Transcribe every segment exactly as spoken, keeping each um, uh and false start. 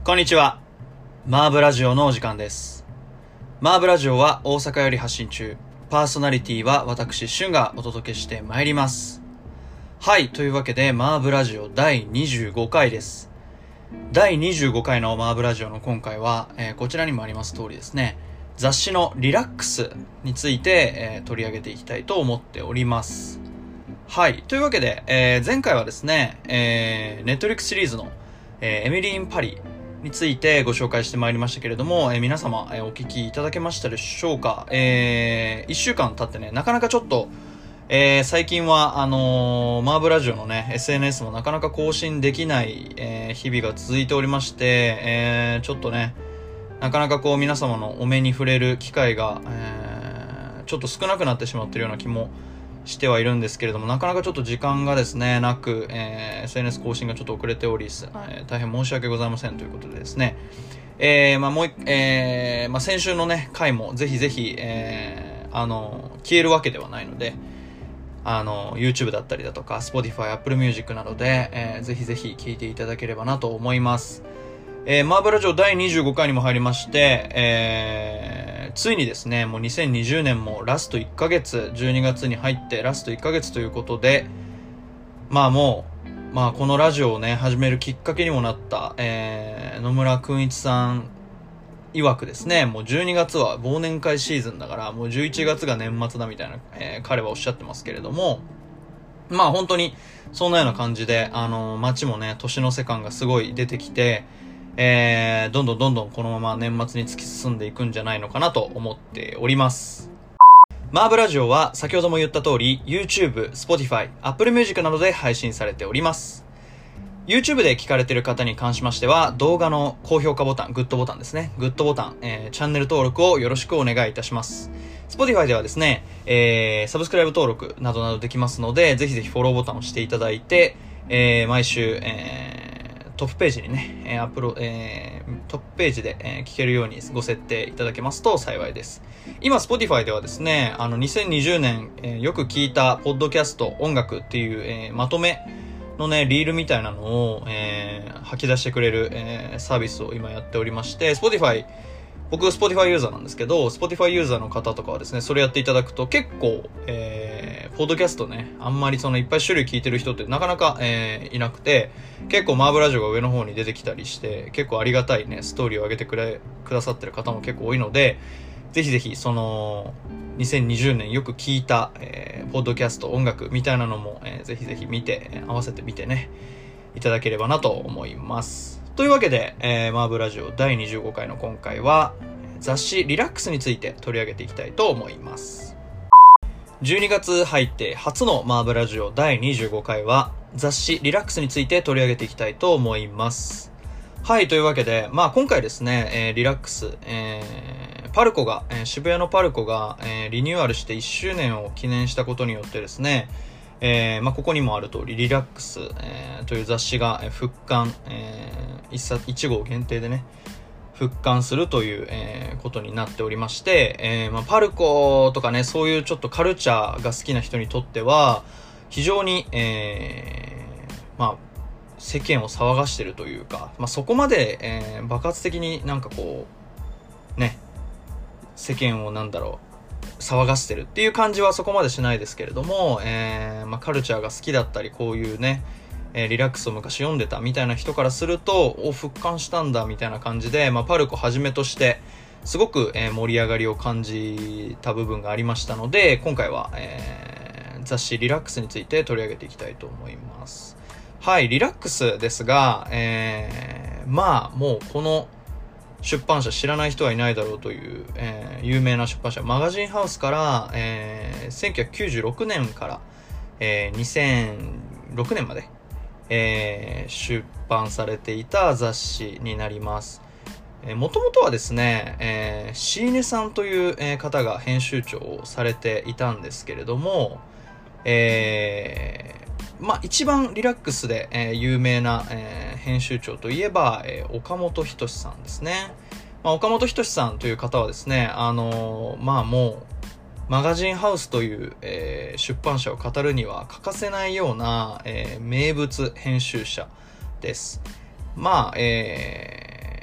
こんにちは。マーブラジオのお時間です。マーブラジオは大阪より発信中。パーソナリティは私、シュンがお届けしてまいります。はい、というわけでマーブラジオだいにじゅうごかいです。だいにじゅうごかいのマーブラジオの今回は、えー、こちらにもあります通りですね、雑誌のリラックスについて、えー、取り上げていきたいと思っております。はい、というわけで、えー、前回はですね、えー、ネットフリックスシリーズの、えー、エミリー・イン・パリについてご紹介してまいりましたけれども、えー、皆様、えー、お聞きいただけましたでしょうか。えー、いっしゅうかん経ってね、なかなかちょっと、えー、最近はあのー、マーブラジオのね エスエヌエス もなかなか更新できない、えー、日々が続いておりまして、えー、ちょっとねなかなかこう皆様のお目に触れる機会が、えー、ちょっと少なくなってしまっているような気もしてはいるんですけれども、なかなかちょっと時間がですねなく、えー、エスエヌエス 更新がちょっと遅れており、えー、大変申し訳ございませんということでですね、えー、まあもう、えー、まあ先週のね回もぜひぜひ、えー、あの消えるわけではないので、あの YouTube だったりだとか Spotify、Apple Music などで、えー、ぜひぜひ聴いていただければなと思います。えー、マーブラジオだいにじゅうごかいにも入りまして、えー、ついにですねもうにせんにじゅうねんもラストいっかげつ、じゅうにがつに入ってラストいっかげつということで、まあもうまあこのラジオをね始めるきっかけにもなった、えー、野村くんいちさん曰くですね、もうじゅうにがつは忘年会シーズンだからもうじゅういちがつが年末だみたいな、えー、彼はおっしゃってますけれども、まあ本当にそんなような感じで、あのー、街もね年の瀬感がすごい出てきて、えー、どんどんどんどんこのまま年末に突き進んでいくんじゃないのかなと思っております。マーブラジオは先ほども言った通り YouTube、Spotify、Apple Music などで配信されております。YouTube で聞かれている方に関しましては、動画の高評価ボタン、グッドボタンですね。グッドボタン、えー、チャンネル登録をよろしくお願いいたします。Spotify ではですね、えー、サブスクライブ登録などなどできますので、ぜひぜひフォローボタンを押していただいて、えー、毎週、えー、トップページにね、えー、アップロ、えー、トップページで、えー、聞けるようにご設定いただけますと幸いです。今、Spotify ではですね、あの、にせんにじゅうねん、えー、よく聞いたポッドキャスト、音楽っていう、えー、まとめ、のね、リールみたいなのを、えー、吐き出してくれる、えー、サービスを今やっておりまして、Spotify、僕 Spotify ユーザーなんですけど、Spotify ユーザーの方とかはですね、それやっていただくと結構、えー、ポッドキャストね、あんまりそのいっぱい種類聞いてる人ってなかなか、えー、いなくて、結構マーブラジオが上の方に出てきたりして、結構ありがたいね、ストーリーを上げてくれ、くださってる方も結構多いので、ぜひぜひ、その、にせんにじゅうねんよく聞いた、えー、ポッドキャスト、音楽みたいなのも、えー、ぜひぜひ見て、えー、合わせてみてね、いただければなと思います。というわけで、えー、マーブラジオだいにじゅうごかいの今回は、雑誌リラックスについて取り上げていきたいと思います。じゅうにがつ入って初のマーブラジオだいにじゅうごかいは、雑誌リラックスについて取り上げていきたいと思います。はい、というわけで、まあ今回ですね、えー、リラックス、えー、パルコが、えー、渋谷のパルコが、えー、リニューアルしていっしゅうねんを記念したことによってですね、えー、まあここにもある通り、リラックス、えー、という雑誌が、えー、復刊、えー、一冊、一号限定でね、復刊するという、えー、ことになっておりまして、えー、まあパルコとかね、そういうちょっとカルチャーが好きな人にとっては、非常に、えー、まあ、世間を騒がしてるというか、まあ、そこまで、えー、爆発的になんかこうね世間をなんだろう騒がしてるっていう感じはそこまでしないですけれども、えーまあ、カルチャーが好きだったりこういうね、えー、リラックスを昔読んでたみたいな人からするとお復刊したんだみたいな感じで、まあ、パルコはじめとしてすごく、えー、盛り上がりを感じた部分がありましたので、今回は、えー、雑誌リラックスについて取り上げていきたいと思います。はい、リラックスですが、えー、まあもうこの出版社知らない人はいないだろうという、えー、有名な出版社マガジンハウスから、えー、せんきゅうひゃくきゅうじゅうろくねんから、えー、にせんろくねんまで、えー、出版されていた雑誌になります。もともとはですね、えー、椎根さんという、えー、方が編集長をされていたんですけれども、えーまあ一番リラックスで、えー、有名な、えー、編集長といえば、えー、岡本仁さんですね。まあ、岡本仁さんという方はですね、あのー、まあもうマガジンハウスという、えー、出版社を語るには欠かせないような、えー、名物編集者です。まあ、え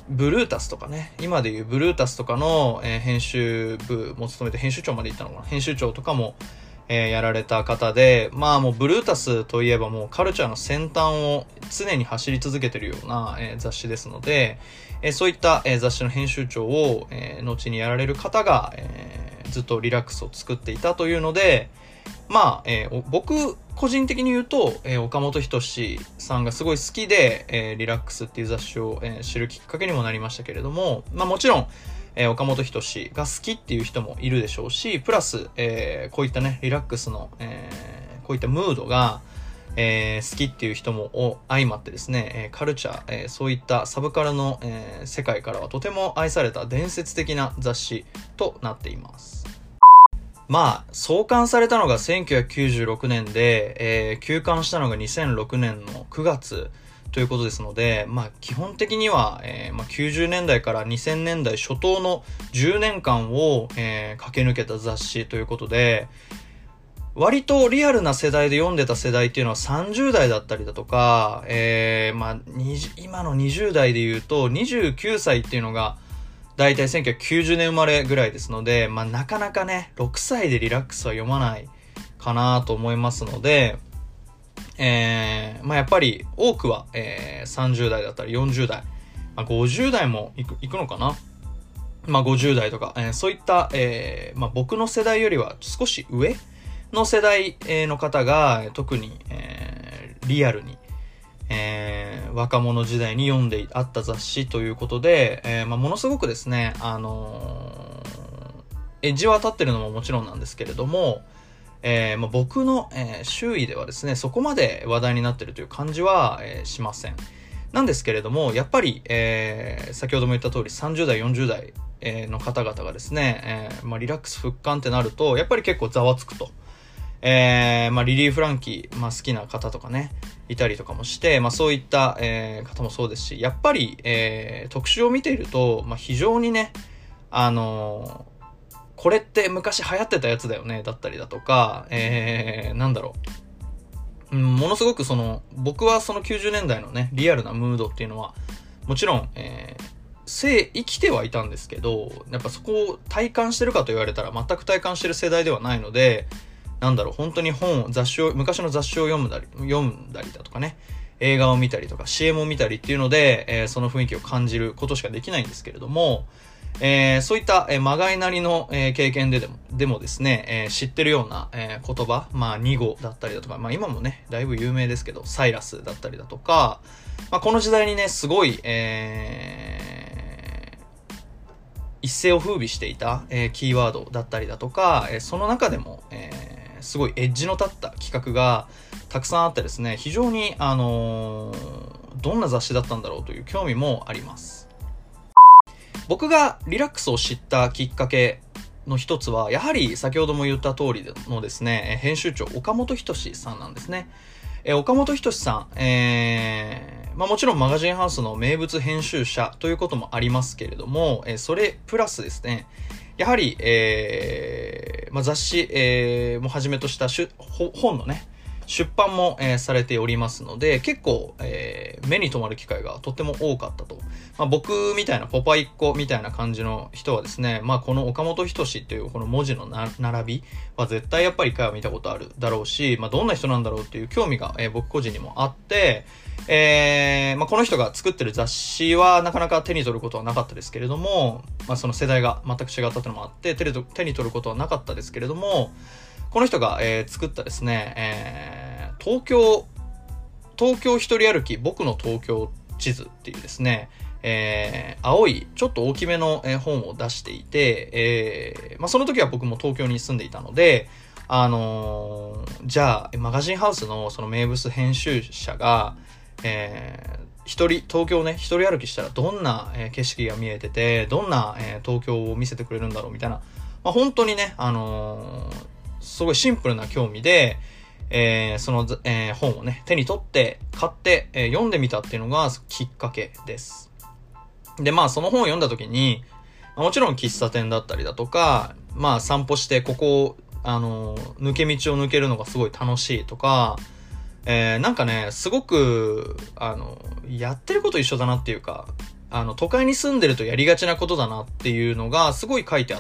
ブルータスとかね、今でいうブルータスとかの、えー、編集部も務めて編集長まで行ったのかな、編集長とかも、えー、やられた方で、まあもうブルータスといえばもうカルチャーの先端を常に走り続けてるような、えー、雑誌ですので、えー、そういった、えー、雑誌の編集長を、えー、後にやられる方が、えー、ずっとリラックスを作っていたというので、まあ、えー、僕個人的に言うと、えー、岡本仁志さんがすごい好きで、えー、リラックスっていう雑誌を、えー、知るきっかけにもなりましたけれども、まあもちろん、えー、岡本仁志が好きっていう人もいるでしょうし、プラス、えー、こういったね、リラックスの、えー、こういったムードが、えー、好きっていう人も相まってですね、えー、カルチャー、えー、そういったサブカルの、えー、世界からはとても愛された伝説的な雑誌となっています。まあ、創刊されたのがせんきゅうひゃくきゅうじゅうろくねんで、えー、休刊したのがにせんろくねんのくがつということですので、まあ、基本的には、えーまあ、きゅうじゅうねんだいからにせんねんだい初頭のじゅうねんかんを、えー、駆け抜けた雑誌ということで、割とリアルな世代で読んでた世代っていうのはさんじゅうだいだったりだとか、えー、まあ、今のにじゅうだいで言うとにじゅうきゅうさいっていうのが、だいたいせんきゅうひゃくきゅうじゅうねん生まれぐらいですので、まあなかなかね、ろくさいでリラックスは読まないかなと思いますので、えー、まあやっぱり多くは、えー、さんじゅうだいだったりよんじゅうだい、まあ、ごじゅうだいもいく、いくのかな、まあごじゅうだいとか、えー、そういった、えー、まあ僕の世代よりは少し上の世代の方が特に、えー、リアルに、えー、若者時代に読んであった雑誌ということで、えーまあ、ものすごくですね、あのー、エッジは立ってるのももちろんなんですけれども、えーまあ、僕の、えー、周囲ではですね、そこまで話題になってるという感じは、えー、しません。なんですけれども、やっぱり、えー、先ほども言った通りさんじゅうだいよんじゅうだいの方々がですね、えーまあ、リラックス復刊ってなるとやっぱり結構ざわつくと。えー、まあ、リリー・フランキー、まあ、好きな方とかね、いたりとかもして、まあ、そういった、えー、方もそうですし、やっぱり、えー、特集を見ていると、まあ、非常にね、あのー、これって昔流行ってたやつだよね、だったりだとか、えー、なんだろう、うん、ものすごくその、僕はそのきゅうじゅうねんだいのね、リアルなムードっていうのは、もちろん、えー、生、生きてはいたんですけど、やっぱそこを体感してるかと言われたら、全く体感してる世代ではないので、なんだろう、本当に本を、雑誌を、昔の雑誌を読んだり、読んだりだとかね、映画を見たりとか、シーエム を見たりっていうので、えー、その雰囲気を感じることしかできないんですけれども、えー、そういった、えー、まがいなりの、えー、経験ででも、でもですね、えー、知ってるような、えー、言葉、まあ、ニゴだったりだとか、まあ今もね、だいぶ有名ですけど、サイラスだったりだとか、まあこの時代にね、すごい、えー、一世を風靡していた、えー、キーワードだったりだとか、えー、その中でも、えーすごいエッジの立った企画がたくさんあってですね、非常に、あのー、どんな雑誌だったんだろうという興味もあります。僕がリラックスを知ったきっかけの一つは、やはり先ほども言った通りのですね、編集長岡本仁志さんなんですね。え岡本仁志さん、えーまあ、もちろんマガジンハウスの名物編集者ということもありますけれども、えそれプラスですね、やはり、えーまあ、雑誌、えー、もはじめとした本のね、出版も、えー、されておりますので、結構、えー、目に留まる機会がとっても多かったと。まあ、僕みたいなポパイっ子みたいな感じの人はですね、まあ、この岡本仁志っていうこの文字のな並びは絶対やっぱり一回は見たことあるだろうし、まあ、どんな人なんだろうっていう興味が、えー、僕個人にもあって、えーまあ、この人が作ってる雑誌はなかなか手に取ることはなかったですけれども、まあ、その世代が全く違ったというのもあって手に取ることはなかったですけれども、この人が、えー、作ったですね、えー、東京東京一人歩き僕の東京地図っていうですね、えー、青いちょっと大きめの、えー、本を出していて、えーまあ、その時は僕も東京に住んでいたので、あのー、じゃあマガジンハウスのその名物編集者がえー、一人、東京をね、一人歩きしたらどんな、えー、景色が見えてて、どんな、えー、東京を見せてくれるんだろうみたいな、まあ、本当にね、あのー、すごいシンプルな興味で、えー、その、えー、本をね、手に取って、買って、えー、読んでみたっていうのがきっかけです。で、まあ、その本を読んだ時に、もちろん喫茶店だったりだとか、まあ、散歩して、ここを、あのー、抜け道を抜けるのがすごい楽しいとか、えー、なんかね、すごく、あの、やってること一緒だなっていうか、 あの、都会に住んでるとやりがちなことだなっていうのがすごい書いてあって、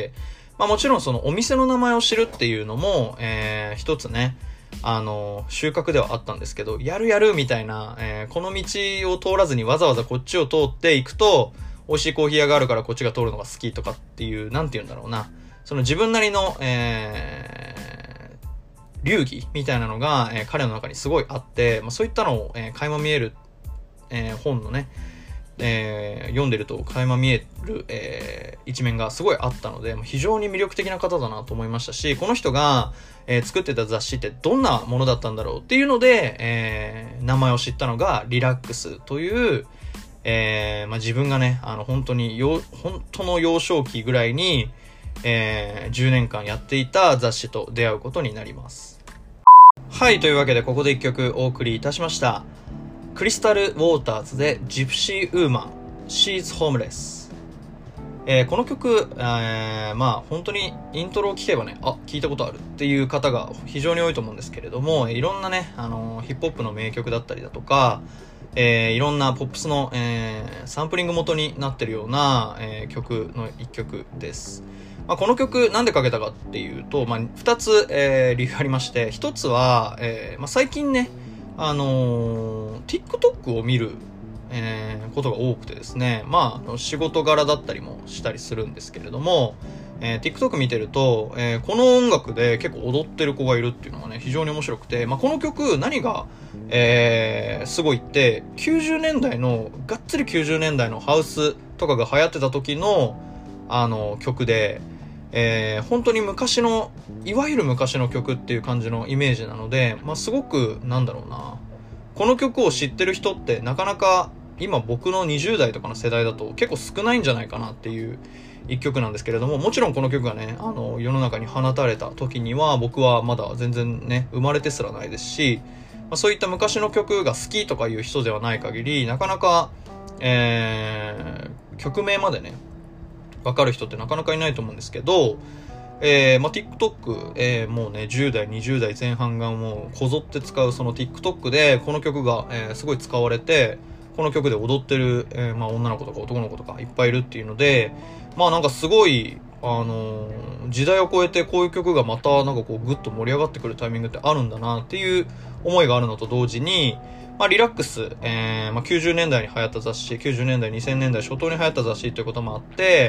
まあもちろんそのお店の名前を知るっていうのも、えー、一つね、あの、収穫ではあったんですけど、やるやるみたいな、えー、この道を通らずにわざわざこっちを通っていくと、美味しいコーヒー屋があるからこっちが通るのが好きとかっていう、なんて言うんだろうな。その自分なりの、えー、流儀みたいなのが、えー、彼の中にすごいあって、まあ、そういったのを、えー、垣間見える、えー、本のね、えー、読んでると垣間見える、えー、一面がすごいあったので、非常に魅力的な方だなと思いましたし、この人が、えー、作ってた雑誌ってどんなものだったんだろうっていうので、えー、名前を知ったのがリラックスという、えーまあ、自分がね、あの本当によ本当の幼少期ぐらいに、えー、じゅうねんかんやっていた雑誌と出会うことになります。はい、というわけでここで一曲お送りいたしました。クリスタル・ウォーターズでジプシー・ウーマン She's Homeless、えー、この曲、えー、まあ本当にイントロを聴けばね、あ、聞いたことあるっていう方が非常に多いと思うんですけれども、いろんなね、あのー、ヒップホップの名曲だったりだとか、えー、いろんなポップスの、えー、サンプリング元になってるような、えー、曲の一曲です。まあ、この曲なんでかけたかっていうと、まあ、二つ、えー、理由ありまして、一つは、えーまあ、最近ね、あのー、TikTok を見る、えー、ことが多くてですね、まあ、仕事柄だったりもしたりするんですけれども、えー、TikTok 見てると、えー、この音楽で結構踊ってる子がいるっていうのがね、非常に面白くて、まあ、この曲何が、えー、すごいって、きゅうじゅうねんだいの、がっつりきゅうじゅうねんだいのハウスとかが流行ってた時の、あの、曲で、えー、本当に昔の、いわゆる昔の曲っていう感じのイメージなので、まあ、すごく、なんだろうな、この曲を知ってる人ってなかなか、今僕のにじゅうだいとかの世代だと結構少ないんじゃないかなっていう一曲なんですけれども、もちろんこの曲がね、あの、世の中に放たれた時には僕はまだ全然ね、生まれてすらないですし、まあ、そういった昔の曲が好きとかいう人ではない限り、なかなか、えー、曲名までね、わかる人ってなかなかいないと思うんですけど、えー、まあ、TikTok、えー、もうね、じゅうだい、にじゅうだいぜん半がもうこぞって使うその TikTok で、この曲が、えー、すごい使われて、この曲で踊ってる、えー、まあ、女の子とか男の子とかいっぱいいるっていうので、まあなんかすごい、あのー、時代を超えてこういう曲がまたなんかこうグッと盛り上がってくるタイミングってあるんだなっていう思いがあるのと同時に、まあリラックス、えー、まあきゅうじゅうねんだいに流行った雑誌、きゅうじゅうねんだい、にせんねんだい初頭に流行った雑誌ということもあって、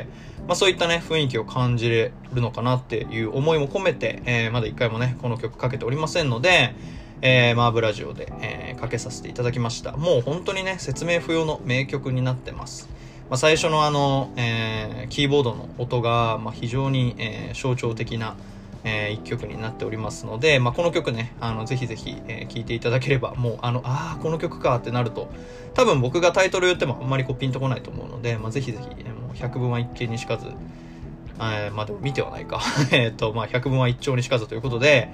まあそういったね、雰囲気を感じれるのかなっていう思いも込めて、えー、まだ一回もね、この曲かけておりませんので、えー、マーブラジオで、えー、かけさせていただきました。もう本当にね、説明不要の名曲になってます。まあ、最初のあの、えー、キーボードの音が、まあ、非常に、えー、象徴的な、えー、一曲になっておりますので、まあ、この曲ね、あの、ぜひぜひ、えー、聴いていただければ、もう、あの、あー、この曲かってなると、多分僕がタイトル言ってもあんまりこうピンとこないと思うので、まあ、ぜひぜひ、えー、もう百聞は一見にしかず、えー、まあ、でも見てはないか。えっと、まあ、百聞は一丁にしかずということで、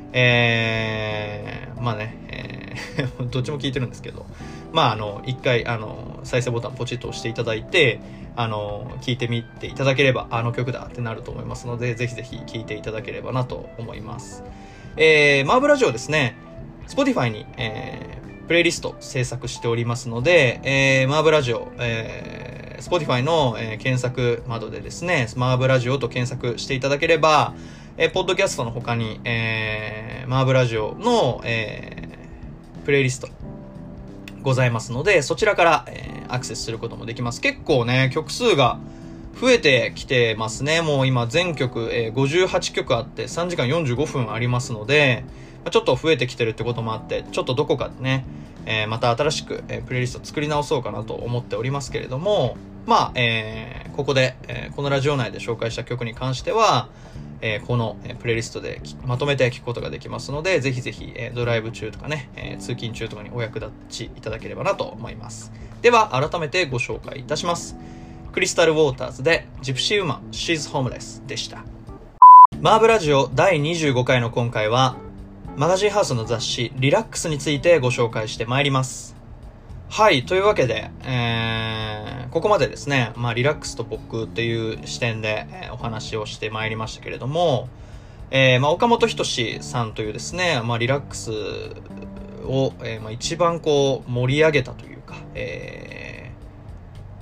えー、まあね、えー、どっちも聞いてるんですけど、まああの、一回、あの、再生ボタンポチッと押していただいて、あの、聞いてみていただければ、あの曲だってなると思いますので、ぜひぜひ聞いていただければなと思います。えー、マーブラジオですね、Spotify に、えー、プレイリスト制作しておりますので、えー、マーブラジオ、えー、Spotify の、えー、検索窓でですね、マーブラジオと検索していただければ、えー、ポッドキャストの他に、えー、マーブラジオの、えー、プレイリストございますので、そちらから、えー、アクセスすることもできます。結構ね、曲数が増えてきてますね。もう今全曲、えー、ごじゅうはちきょくあってさんじかんよんじゅうごふんありますので、ちょっと増えてきてるってこともあって、ちょっとどこかでね、えー、また新しく、えー、プレイリスト作り直そうかなと思っておりますけれども、まあ、えー、ここで、えー、このラジオ内で紹介した曲に関しては、えー、この、えー、プレイリストでまとめて聞くことができますので、ぜひぜひ、えー、ドライブ中とかね、えー、通勤中とかにお役立ちいただければなと思います。では、改めてご紹介いたします。クリスタルウォーターズでジプシーウーマン She's Homeless でした。マーブラジオだいにじゅうごかいの今回は、マガジンハウスの雑誌リラックスについてご紹介してまいります。はい、というわけで、えー、ここまでですね、まあリラックスと僕っていう視点で、えー、お話をしてまいりましたけれども、えー、まあ岡本仁志さんというですね、まあリラックスを、えー、まあ一番こう盛り上げたというか、えー、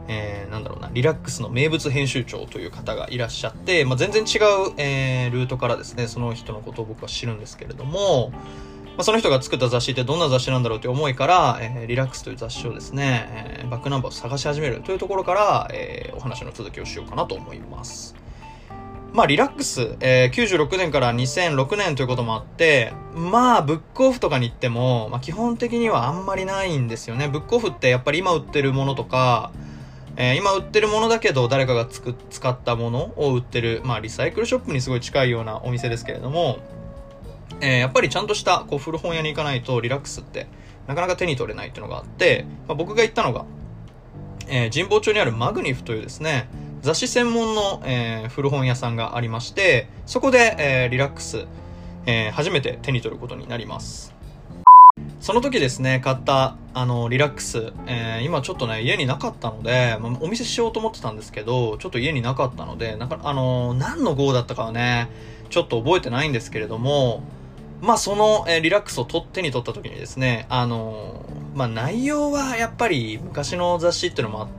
えー、なんだろうな、リラックスの名物編集長という方がいらっしゃって、まあ、全然違う、えー、ルートからですね、その人のことを僕は知るんですけれども、まあ、その人が作った雑誌ってどんな雑誌なんだろうという思いから、えー、リラックスという雑誌をですね、えー、バックナンバーを探し始めるというところから、えー、お話の続きをしようかなと思います。まあ、リラックス、えー、きゅうじゅうろくねんからにせんろくねんということもあって、まあ、ブックオフとかに行っても、まあ、基本的にはあんまりないんですよね。ブックオフってやっぱり今売ってるものとか、えー、今売ってるものだけど誰かがつく使ったものを売ってる、まあ、リサイクルショップにすごい近いようなお店ですけれども、えー、やっぱりちゃんとしたこう古本屋に行かないとリラックスってなかなか手に取れないっていうのがあって、まあ、僕が行ったのが、えー、神保町にあるマグニフというですね、雑誌専門の、えー、古本屋さんがありまして、そこで、えー、リラックス、えー、初めて手に取ることになります。その時ですね、買ったあのリラックス、えー、今ちょっとね家になかったので、まあ、お見せしようと思ってたんですけど、ちょっと家になかったので、なんかあのー、何の号だったかはねちょっと覚えてないんですけれども、まあその、えー、リラックスをと手に取った時にですね、あのー、まあ内容はやっぱり昔の雑誌っていうのもあって、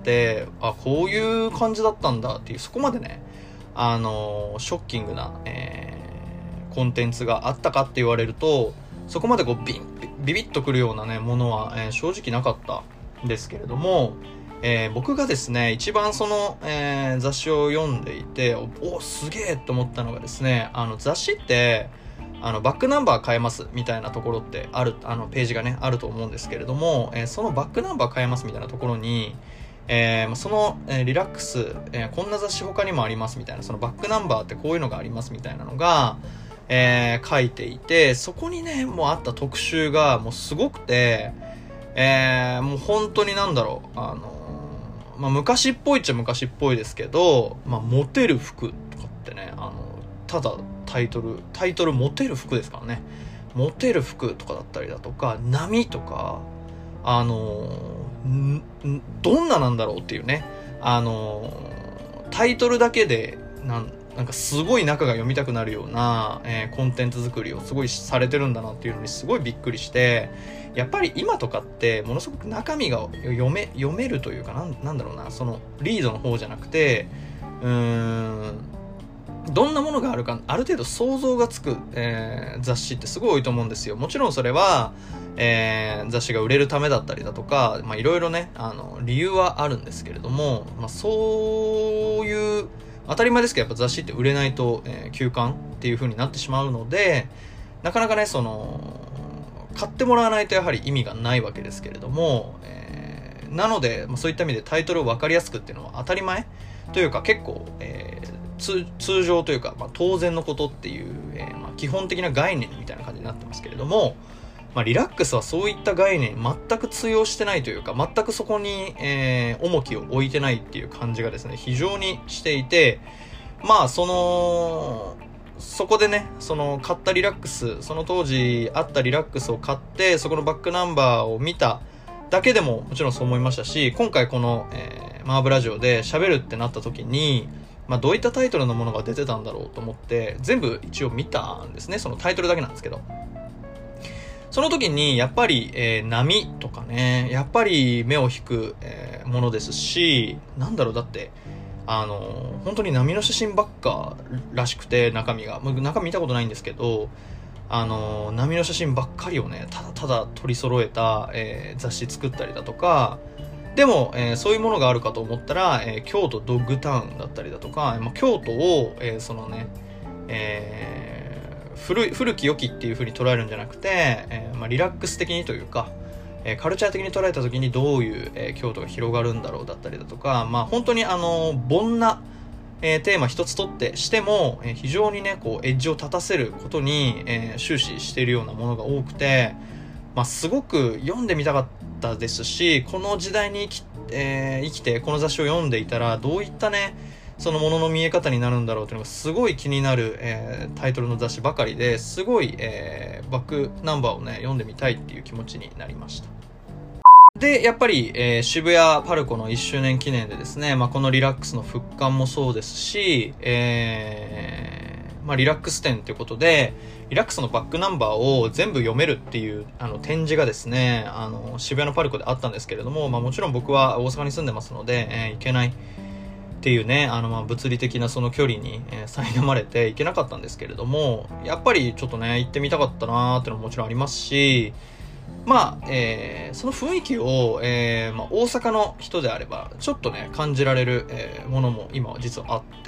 あ、こういう感じだったんだっていう、そこまでね、あのー、ショッキングな、えー、コンテンツがあったかって言われると、そこまでこうビンビビッとくるようなねものは、えー、正直なかったんですけれども、えー、僕がですね一番その、えー、雑誌を読んでいて、おおすげえと思ったのがですね、あの雑誌ってあのバックナンバー変えますみたいなところってある、あのページがねあると思うんですけれども、えー、そのバックナンバー変えますみたいなところに、えー、その、えー、リラックス、えー、こんな雑誌他にもありますみたいな、そのバックナンバーってこういうのがありますみたいなのがえー、書いていて、そこにねもうあった特集がもうすごくて、えー、もう本当になんだろう、あのー、まあ昔っぽいっちゃ昔っぽいですけど、まあモテる服とかってね、あのただタイトルタイトルモテる服ですからね、モテる服とかだったりだとか、波とか、あのー、どんななんだろうっていうね、あのー、タイトルだけでなんなんかすごい中が読みたくなるような、えー、コンテンツ作りをすごいされてるんだなっていうのにすごいびっくりして、やっぱり今とかってものすごく中身が読め読めるというか、なん、なんだろうな、そのリードの方じゃなくて、うーんどんなものがあるかある程度想像がつく、えー、雑誌ってすごい多いと思うんですよ。もちろんそれは、えー、雑誌が売れるためだったりだとか、まあいろいろね、あの理由はあるんですけれども、まあそういう当たり前ですけど、やっぱ雑誌って売れないと、えー、休刊っていう風になってしまうので、なかなかね、その買ってもらわないとやはり意味がないわけですけれども、えー、なので、まあ、そういった意味でタイトルを分かりやすくっていうのは当たり前というか、結構、えー、通常というか、まあ、当然のことっていう、えーまあ、基本的な概念みたいな感じになってますけれども、まあ、リラックスはそういった概念全く通用してないというか、全くそこに、えー、重きを置いてないっていう感じがですね、非常にしていて、まあそのそこでね、その買ったリラックス、その当時あったリラックスを買って、そこのバックナンバーを見ただけでももちろんそう思いましたし、今回この、えー、マーブラジオで喋るってなった時に、まあ、どういったタイトルのものが出てたんだろうと思って全部一応見たんですね。そのタイトルだけなんですけど、その時にやっぱり、えー、波とかね、やっぱり目を引く、えー、ものですし、なんだろう、だってあのー、本当に波の写真ばっからしくて、中身が中身見たことないんですけど、あのー、波の写真ばっかりをねただただ取り揃えた、えー、雑誌作ったりだとか、でも、えー、そういうものがあるかと思ったら、えー、京都ドッグタウンだったりだとか、まあ、京都を、えー、そのね、えー古い古き良きっていう風に捉えるんじゃなくて、えーまあ、リラックス的にというか、えー、カルチャー的に捉えた時にどういう、えー、京都が広がるんだろうだったりだとか、まあ本当にあの凡な、えー、テーマ一つとってしても、えー、非常にねこうエッジを立たせることに、えー、終始しているようなものが多くて、まあすごく読んでみたかったですし、この時代に生き、えー、生きてこの雑誌を読んでいたらどういったねそのものの見え方になるんだろうというのがすごい気になる、えー、タイトルの雑誌ばかりで、すごい、えー、バックナンバーをね読んでみたいっていう気持ちになりました。でやっぱり、えー、渋谷パルコのいっしゅうねん記念でですね、まあ、このリラックスの復刊もそうですし、えーまあ、リラックス展ということで、リラックスのバックナンバーを全部読めるっていうあの展示がですね、あの渋谷のパルコであったんですけれども、まあ、もちろん僕は大阪に住んでますので、えー、行けないっていうね、あのまあ物理的なその距離に、えー、苛まれて行けなかったんですけれども、やっぱりちょっとね行ってみたかったなーっていうのももちろんありますし、まあ、えー、その雰囲気を、えーまあ、大阪の人であればちょっとね感じられる、えー、ものも今は実はあって、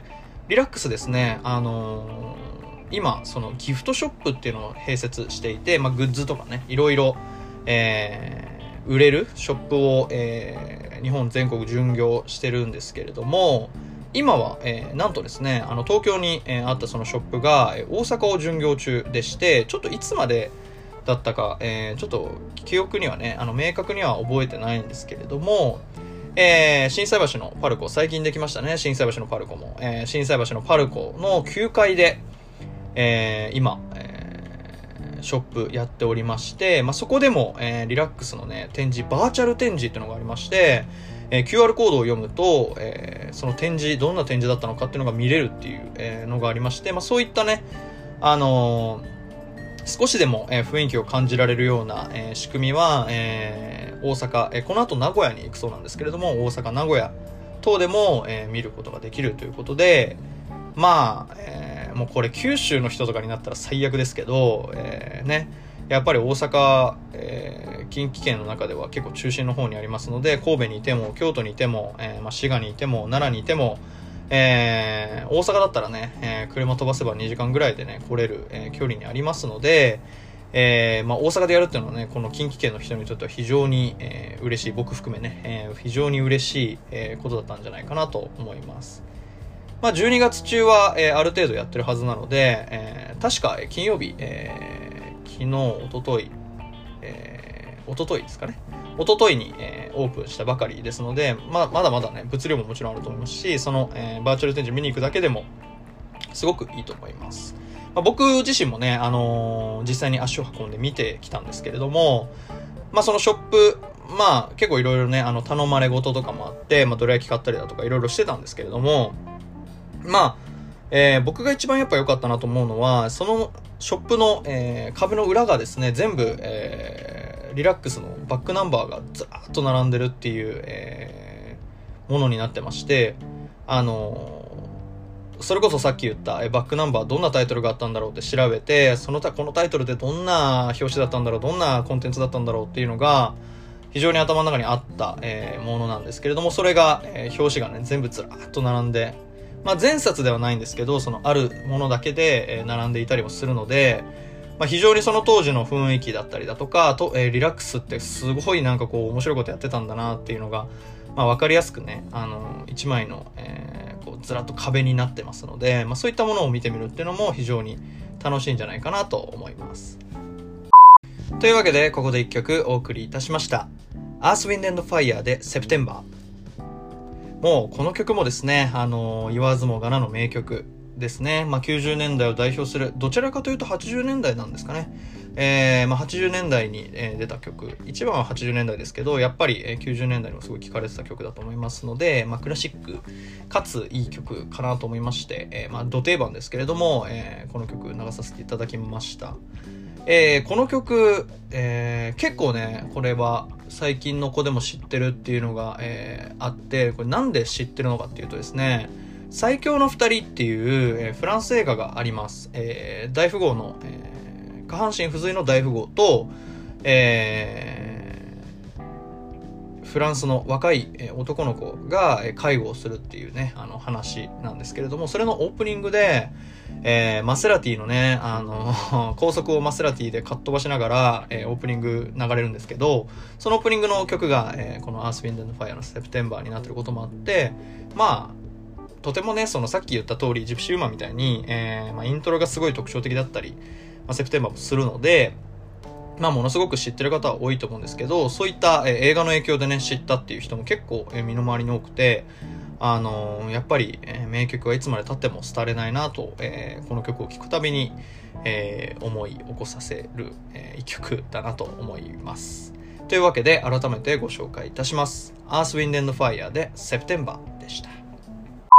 リラックスですね、あのー、今そのギフトショップっていうのを併設していて、まあ、グッズとかねいろいろ、えー、売れるショップを、えー、日本全国巡業してるんですけれども、今は、えー、なんとですね、あの東京に、えー、あったそのショップが、えー、大阪を巡業中でして、ちょっといつまでだったか、えー、ちょっと記憶にはねあの明確には覚えてないんですけれども、えー、心斎橋のパルコ、最近できましたね、心斎橋のパルコも、えー、心斎橋のパルコのきゅうかいで、えー、今、えー、ショップやっておりまして、まあ、そこでも、えー、リラックスのね展示、バーチャル展示っていうのがありまして、えー、キューアール コードを読むと、えー、その展示どんな展示だったのかっていうのが見れるっていう、えー、のがありまして、まあ、そういったねあのー少しでも、えー、雰囲気を感じられるような、えー、仕組みは、えー、大阪、えー、この後名古屋に行くそうなんですけれども、大阪、名古屋等でも、えー、見ることができるということで、まあ、えー、もうこれ九州の人とかになったら最悪ですけど、えー、ね、やっぱり大阪、えー、近畿圏の中では結構中心の方にありますので、神戸にいても京都にいても、えーまあ、滋賀にいても奈良にいても、えー、大阪だったらね、えー、車飛ばせばにじかんぐらいでね来れる、えー、距離にありますので、えーまあ、大阪でやるっていうのはねこの近畿圏の人にとっては非常に、えー、嬉しい、僕含めね、えー、非常に嬉しい、えー、ことだったんじゃないかなと思います。まあ、じゅうにがつ中は、えー、ある程度やってるはずなので、えー、確か金曜日、えー、昨日、おととい、えー、おとといですかね、おとといに、えー、オープンしたばかりですので、まあ、まだまだね物量ももちろんあると思いますし、その、えー、バーチャル展示見に行くだけでもすごくいいと思います。まあ、僕自身もね、あのー、実際に足を運んで見てきたんですけれども、まあ、そのショップ、まあ結構いろいろねあの頼まれ事とかもあって、まあ、どら焼き買ったりだとかいろいろしてたんですけれども、まあ、えー、僕が一番やっぱ良かったなと思うのは、そのショップの、えー、壁の裏がですね全部、えーリラックスのバックナンバーがずらーっと並んでるっていう、えー、ものになってまして、あのー、それこそさっき言った、えー、バックナンバーどんなタイトルがあったんだろうって調べて、そのたこのタイトルでどんな表紙だったんだろう、どんなコンテンツだったんだろうっていうのが非常に頭の中にあった、えー、ものなんですけれども、それが、えー、表紙がね全部ずらーっと並んで、まあ、全冊ではないんですけど、そのあるものだけで、えー、並んでいたりもするので、まあ、非常にその当時の雰囲気だったりだとかと、えー、リラックスってすごいなんかこう面白いことやってたんだなっていうのが、まあ、分かりやすくね、あのー、一枚の、えー、こうずらっと壁になってますので、まあ、そういったものを見てみるっていうのも非常に楽しいんじゃないかなと思います。というわけでここで一曲お送りいたしました。 Earth, Wind and Fire で September。 もうこの曲もですね、あのー、言わずもがなの名曲ですね。まあ、きゅうじゅうねんだいを代表する、どちらかというとはちじゅうねんだいなんですかね。えー、まあ、はちじゅうねんだいに、えー、出た曲。一番ははちじゅうねんだいですけど、やっぱり、えー、きゅうじゅうねんだいにもすごい聴かれてた曲だと思いますので、まあ、クラシックかついい曲かなと思いまして、えー、まあ、ど定番ですけれども、えー、この曲流させていただきました。えー、この曲、えー、結構ね、これは最近の子でも知ってるっていうのが、えー、あって、これなんで知ってるのかっていうとですね、最強の二人っていう、えー、フランス映画があります。えー、大富豪の、えー、下半身不随の大富豪と、えー、フランスの若い、えー、男の子が、えー、介護をするっていうね、あの話なんですけれども、それのオープニングで、えー、マセラティのね、あの高速をマセラティでかっ飛ばしながら、えー、オープニング流れるんですけど、そのオープニングの曲が、えー、この Earth, Wind and Fire の September になってることもあって、まあとてもね、そのさっき言った通りジプシーウーマンみたいに、えーまあ、イントロがすごい特徴的だったり、まあ、セプテンバーもするので、まあものすごく知ってる方は多いと思うんですけど、そういった、えー、映画の影響でね知ったっていう人も結構、えー、身の回りに多くて、あのー、やっぱり、えー、名曲はいつまで経っても廃れないなと、えー、この曲を聴くたびに、えー、思い起こさせる、えー、一曲だなと思います。というわけで改めてご紹介いたします。 Earth, Wind and Fire で September でした。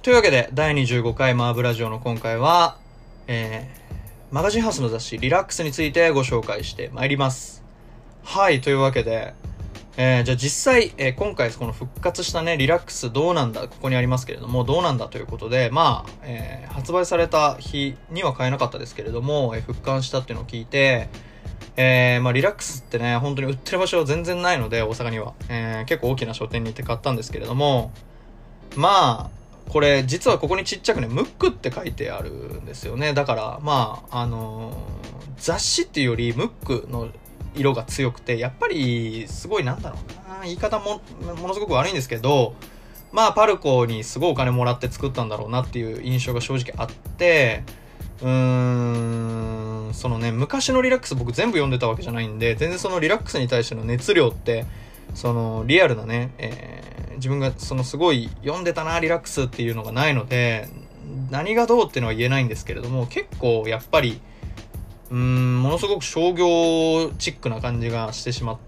というわけで、だいにじゅうごかいマーブラジオの今回は、えー、マガジンハウスの雑誌リラックスについてご紹介してまいります。はい、というわけで、えー、じゃあ実際、えー、今回この復活したね、リラックスどうなんだ、ここにありますけれども、どうなんだということで、まあ、えー、発売された日には買えなかったですけれども、えー、復刊したっていうのを聞いて、えー、まあリラックスってね、本当に売ってる場所は全然ないので、大阪には。えー、結構大きな書店に行って買ったんですけれども、まあ、これ実はここにちっちゃくね、ムックって書いてあるんですよね。だから、まあ、あのー、雑誌っていうよりムックの色が強くて、やっぱりすごいなんだろうな、言い方も、ものすごく悪いんですけど、まあパルコにすごいお金もらって作ったんだろうなっていう印象が正直あって、うーん、そのね、昔のリラックス僕全部読んでたわけじゃないんで、全然そのリラックスに対しての熱量って、そのリアルなね、えー、自分がそのすごい読んでたなリラックスっていうのがないので、何がどうっていうのは言えないんですけれども、結構やっぱりうーん、ものすごく商業チックな感じがしてしまって、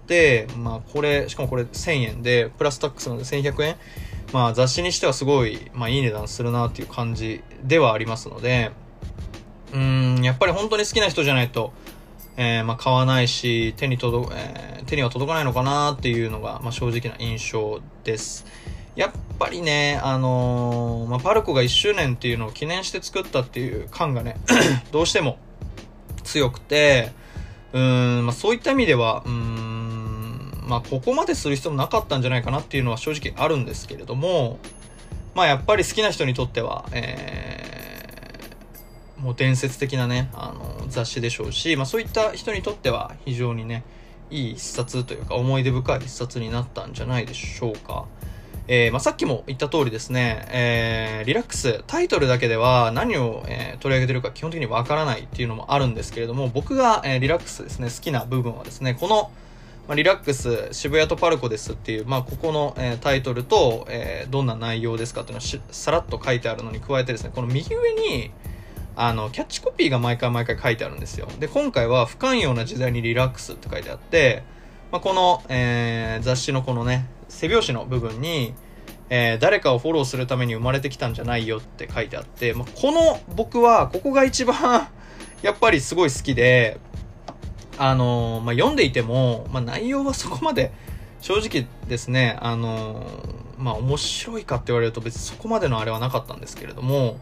まあこれ、しかもこれせんえんで、プラスタックスなのでせんひゃくえん、まあ雑誌にしてはすごい、まあいい値段するなっていう感じではありますので、うーん、やっぱり本当に好きな人じゃないと、えー、まあ買わないし、手に届、えー、手には届かないのかなっていうのが、まあ正直な印象です。やっぱりね、あのー、まあパルコがいっしゅうねんっていうのを記念して作ったっていう感がね、どうしても強くて、うーん、まあそういった意味では、うーん、まあここまでする必要もなかったんじゃないかなっていうのは正直あるんですけれども、まあやっぱり好きな人にとっては、えー、もう伝説的なね、あの、雑誌でしょうし、まあそういった人にとっては非常にね、いい一冊というか思い出深い一冊になったんじゃないでしょうか。えー、まあさっきも言った通りですね、えー、リラックス、タイトルだけでは何を、えー、取り上げてるか基本的にわからないっていうのもあるんですけれども、僕が、えー、リラックスですね、好きな部分はですね、この、まあ、リラックス渋谷とパルコですっていう、まあここの、えー、タイトルと、えー、どんな内容ですかっていうのをさらっと書いてあるのに加えてですね、この右上に、あの、キャッチコピーが毎回毎回書いてあるんですよ。で、今回は不寛容な時代にリラックスって書いてあって、まあ、この、えー、雑誌のこのね、背表紙の部分に、えー、誰かをフォローするために生まれてきたんじゃないよって書いてあって、まあ、この僕は、ここが一番やっぱりすごい好きで、あのー、まあ、読んでいても、まあ、内容はそこまで正直ですね、あのー、まあ、面白いかって言われると別にそこまでのあれはなかったんですけれども、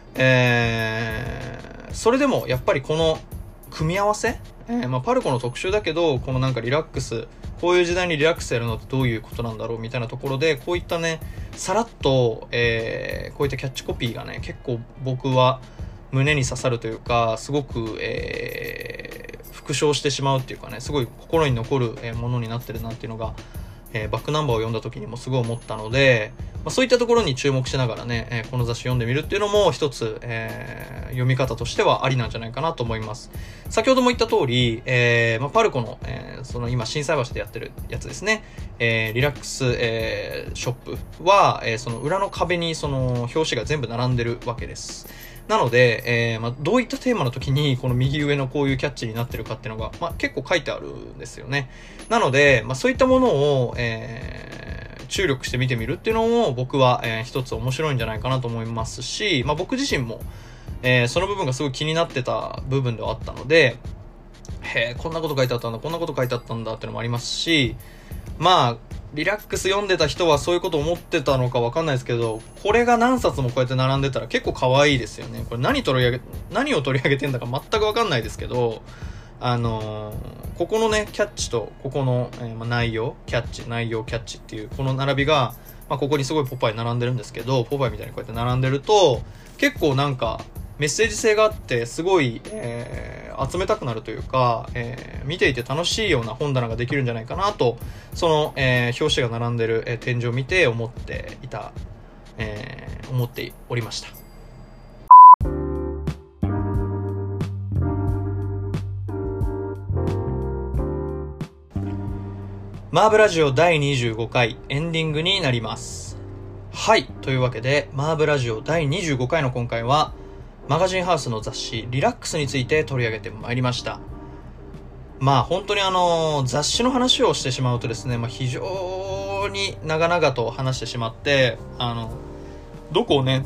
えー、それでもやっぱりこの組み合わせ、えー、まあパルコの特集だけど、このなんかリラックス、こういう時代にリラックスやるのってどういうことなんだろうみたいなところで、こういったね、さらっと、えー、こういったキャッチコピーがね、結構僕は胸に刺さるというか、すごく、えー、復唱してしまうっていうかね、すごい心に残るものになってるなっていうのが、えー、バックナンバーを読んだ時にもすごい思ったので、まあ、そういったところに注目しながらね、えー、この雑誌読んでみるっていうのも一つ、えー、読み方としてはありなんじゃないかなと思います。先ほども言った通り、えーまあ、パルコの、えー、その今心斎橋でやってるやつですね、えー、リラックス、えー、ショップは、えー、その裏の壁にその表紙が全部並んでるわけです。なので、えーまあ、どういったテーマの時にこの右上のこういうキャッチになってるかっていうのが、まあ、結構書いてあるんですよね。なので、まあ、そういったものを、えー、注力して見てみるっていうのも僕は、えー、一つ面白いんじゃないかなと思いますし、まあ、僕自身も、えー、その部分がすごい気になってた部分ではあったので、へー、こんなこと書いてあったんだ、こんなこと書いてあったんだっていうのもありますし、まあ、リラックス読んでた人はそういうこと思ってたのかわかんないですけど、これが何冊もこうやって並んでたら結構可愛いですよね。これ何取り上げ、何を取り上げてんだか全くわかんないですけど、あのー、ここのね、キャッチと、ここの、えーまあ、内容、キャッチ、内容、キャッチっていう、この並びが、まあ、ここにすごいポパイ並んでるんですけど、ポパイみたいにこうやって並んでると、結構なんか、メッセージ性があって、すごい、えー、集めたくなるというか、えー、見ていて楽しいような本棚ができるんじゃないかなと、その、えー、表紙が並んでる、えー、展示を見て思っていた、えー、思っておりました。マーブラジオだいにじゅうごかいエンディングになります。はい。というわけで、マーブラジオだいにじゅうごかいの今回は、マガジンハウスの雑誌リラックスについて取り上げてまいりました。まあ本当にあの、雑誌の話をしてしまうとですね、まあ非常に長々と話してしまって、あの、どこをね、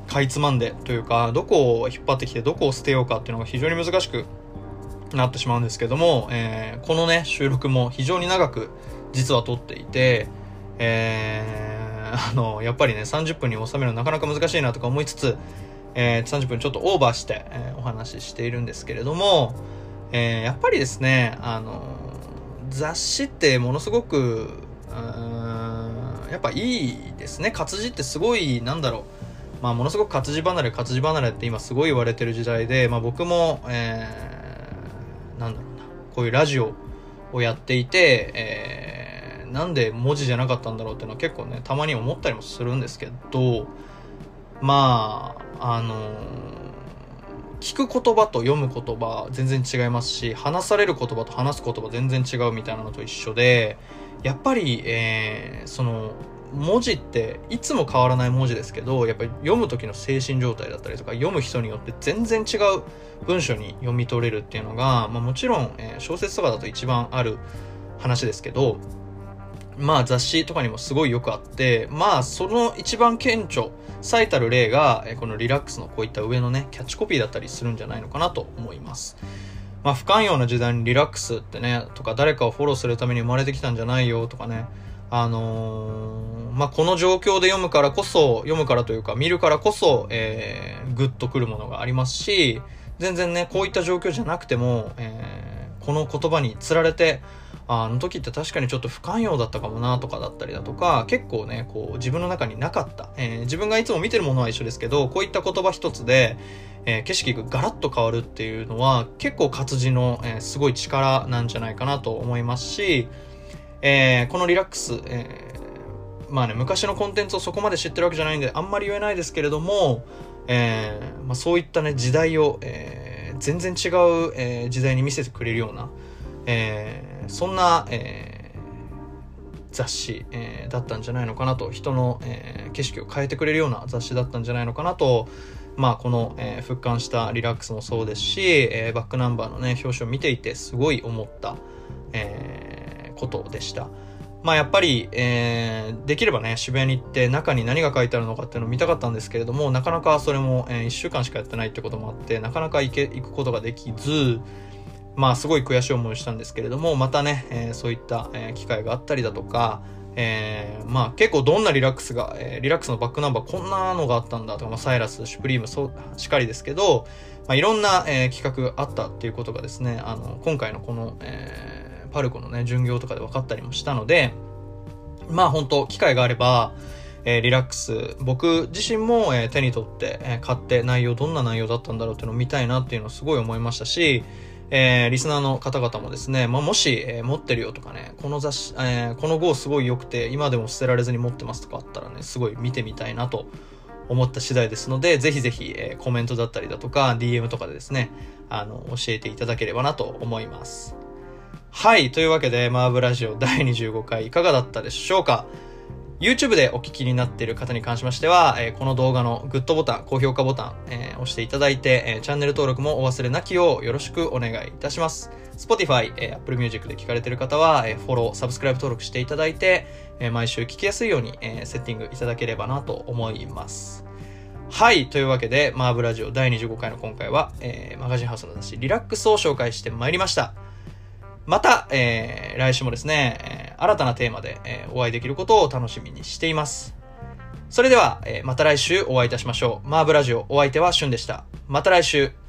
かいつまんでというか、どこを引っ張ってきてどこを捨てようかっていうのが非常に難しくなってしまうんですけども、えー、このね収録も非常に長く実は撮っていて、えー、あのやっぱりねさんじゅっぷんに収めるのなかなか難しいなとか思いつつ、えー、さんじゅっぷんちょっとオーバーして、えー、お話ししているんですけれども、えー、やっぱりですね、あの雑誌ってものすごくうーんやっぱいいですね。活字ってすごいなんだろう、まあものすごく活字離れ活字離れって今すごい言われてる時代で、まあ僕も、えー、なんだろうな、こういうラジオをやっていて、えー、なんで文字じゃなかったんだろうっていうのは結構ねたまに思ったりもするんですけど、まああのー、聞く言葉と読む言葉全然違いますし、話される言葉と話す言葉全然違うみたいなのと一緒で、やっぱり、えー、その文字っていつも変わらない文字ですけど、やっぱり読む時の精神状態だったりとか読む人によって全然違う文章に読み取れるっていうのが、まあ、もちろん、えー、小説とかだと一番ある話ですけど、まあ雑誌とかにもすごいよくあって、まあその一番顕著最たる例が、えー、このリラックスのこういった上のねキャッチコピーだったりするんじゃないのかなと思います。まあ不寛容な時代にリラックスってねとか、誰かをフォローするために生まれてきたんじゃないよとかね、あのー、まあこの状況で読むからこそ読むからというか見るからこそ、えー、グッとくるものがありますし、全然ねこういった状況じゃなくても、えー、この言葉につられて、あの時って確かにちょっと不寛容だったかもなとかだったりだとか、結構ねこう自分の中になかった、えー、自分がいつも見てるものは一緒ですけど、こういった言葉一つで、えー、景色がガラッと変わるっていうのは結構活字の、えー、すごい力なんじゃないかなと思いますし、えー、このリラックス、えー、まあね昔のコンテンツをそこまで知ってるわけじゃないんであんまり言えないですけれども、えーまあ、そういったね時代を、えー、全然違う、えー、時代に見せてくれるような、えー、そんな、えー、雑誌、えー、だったんじゃないのかなと、人の、えー、景色を変えてくれるような雑誌だったんじゃないのかなと、まあこの、えー、復刊したリラックスもそうですし、えー、バックナンバーのね表紙を見ていてすごい思った、えー、ことでした。まあやっぱり、えー、できればね渋谷に行って中に何が書いてあるのかっていうのを見たかったんですけれども、なかなかそれも、えー、いっしゅうかんしかやってないってこともあってなかなか行け行くことができず、まあすごい悔しい思いをしたんですけれども、またね、えー、そういった、えー、機会があったりだとか、えー、まあ結構どんなリラックスが、えー、リラックスのバックナンバーこんなのがあったんだとか、まあ、サイラス、シュプリームそうしかりですけど、まあ、いろんな、えー、企画があったっていうことがですね、あの今回のこの、えー、パルコのね巡業とかで分かったりもしたので、まあ本当機会があれば、えー、リラックス僕自身も、えー、手に取って、えー、買って内容どんな内容だったんだろうっていうのを見たいなっていうのをすごい思いましたし、えー、リスナーの方々もですね、まあ、もし、えー、持ってるよとかね、この雑誌、えー、この号すごい良くて今でも捨てられずに持ってますとかあったらね、すごい見てみたいなと思った次第ですので、ぜひぜひ、えー、コメントだったりだとか ディーエム とかでですね、あの教えていただければなと思います。はい、というわけでマーブラジオだいにじゅうごかいいかがだったでしょうか。YouTube でお聞きになっている方に関しましては、えー、この動画のグッドボタン、高評価ボタン、えー、押していただいて、えー、チャンネル登録もお忘れなきようよろしくお願いいたします。Spotify、えー、Apple Music で聞かれている方は、えー、フォロー、サブスクライブ登録していただいて、えー、毎週聞きやすいように、えー、セッティングいただければなと思います。はい、というわけでマーブラジオだいにじゅうごかいの今回は、えー、マガジンハウスの雑誌リラックスを紹介してまいりました。また、えー、来週もですね、えー、新たなテーマで、えー、お会いできることを楽しみにしています。それでは、えー、また来週お会いいたしましょう。マーブラジオお相手はシュンでした。また来週。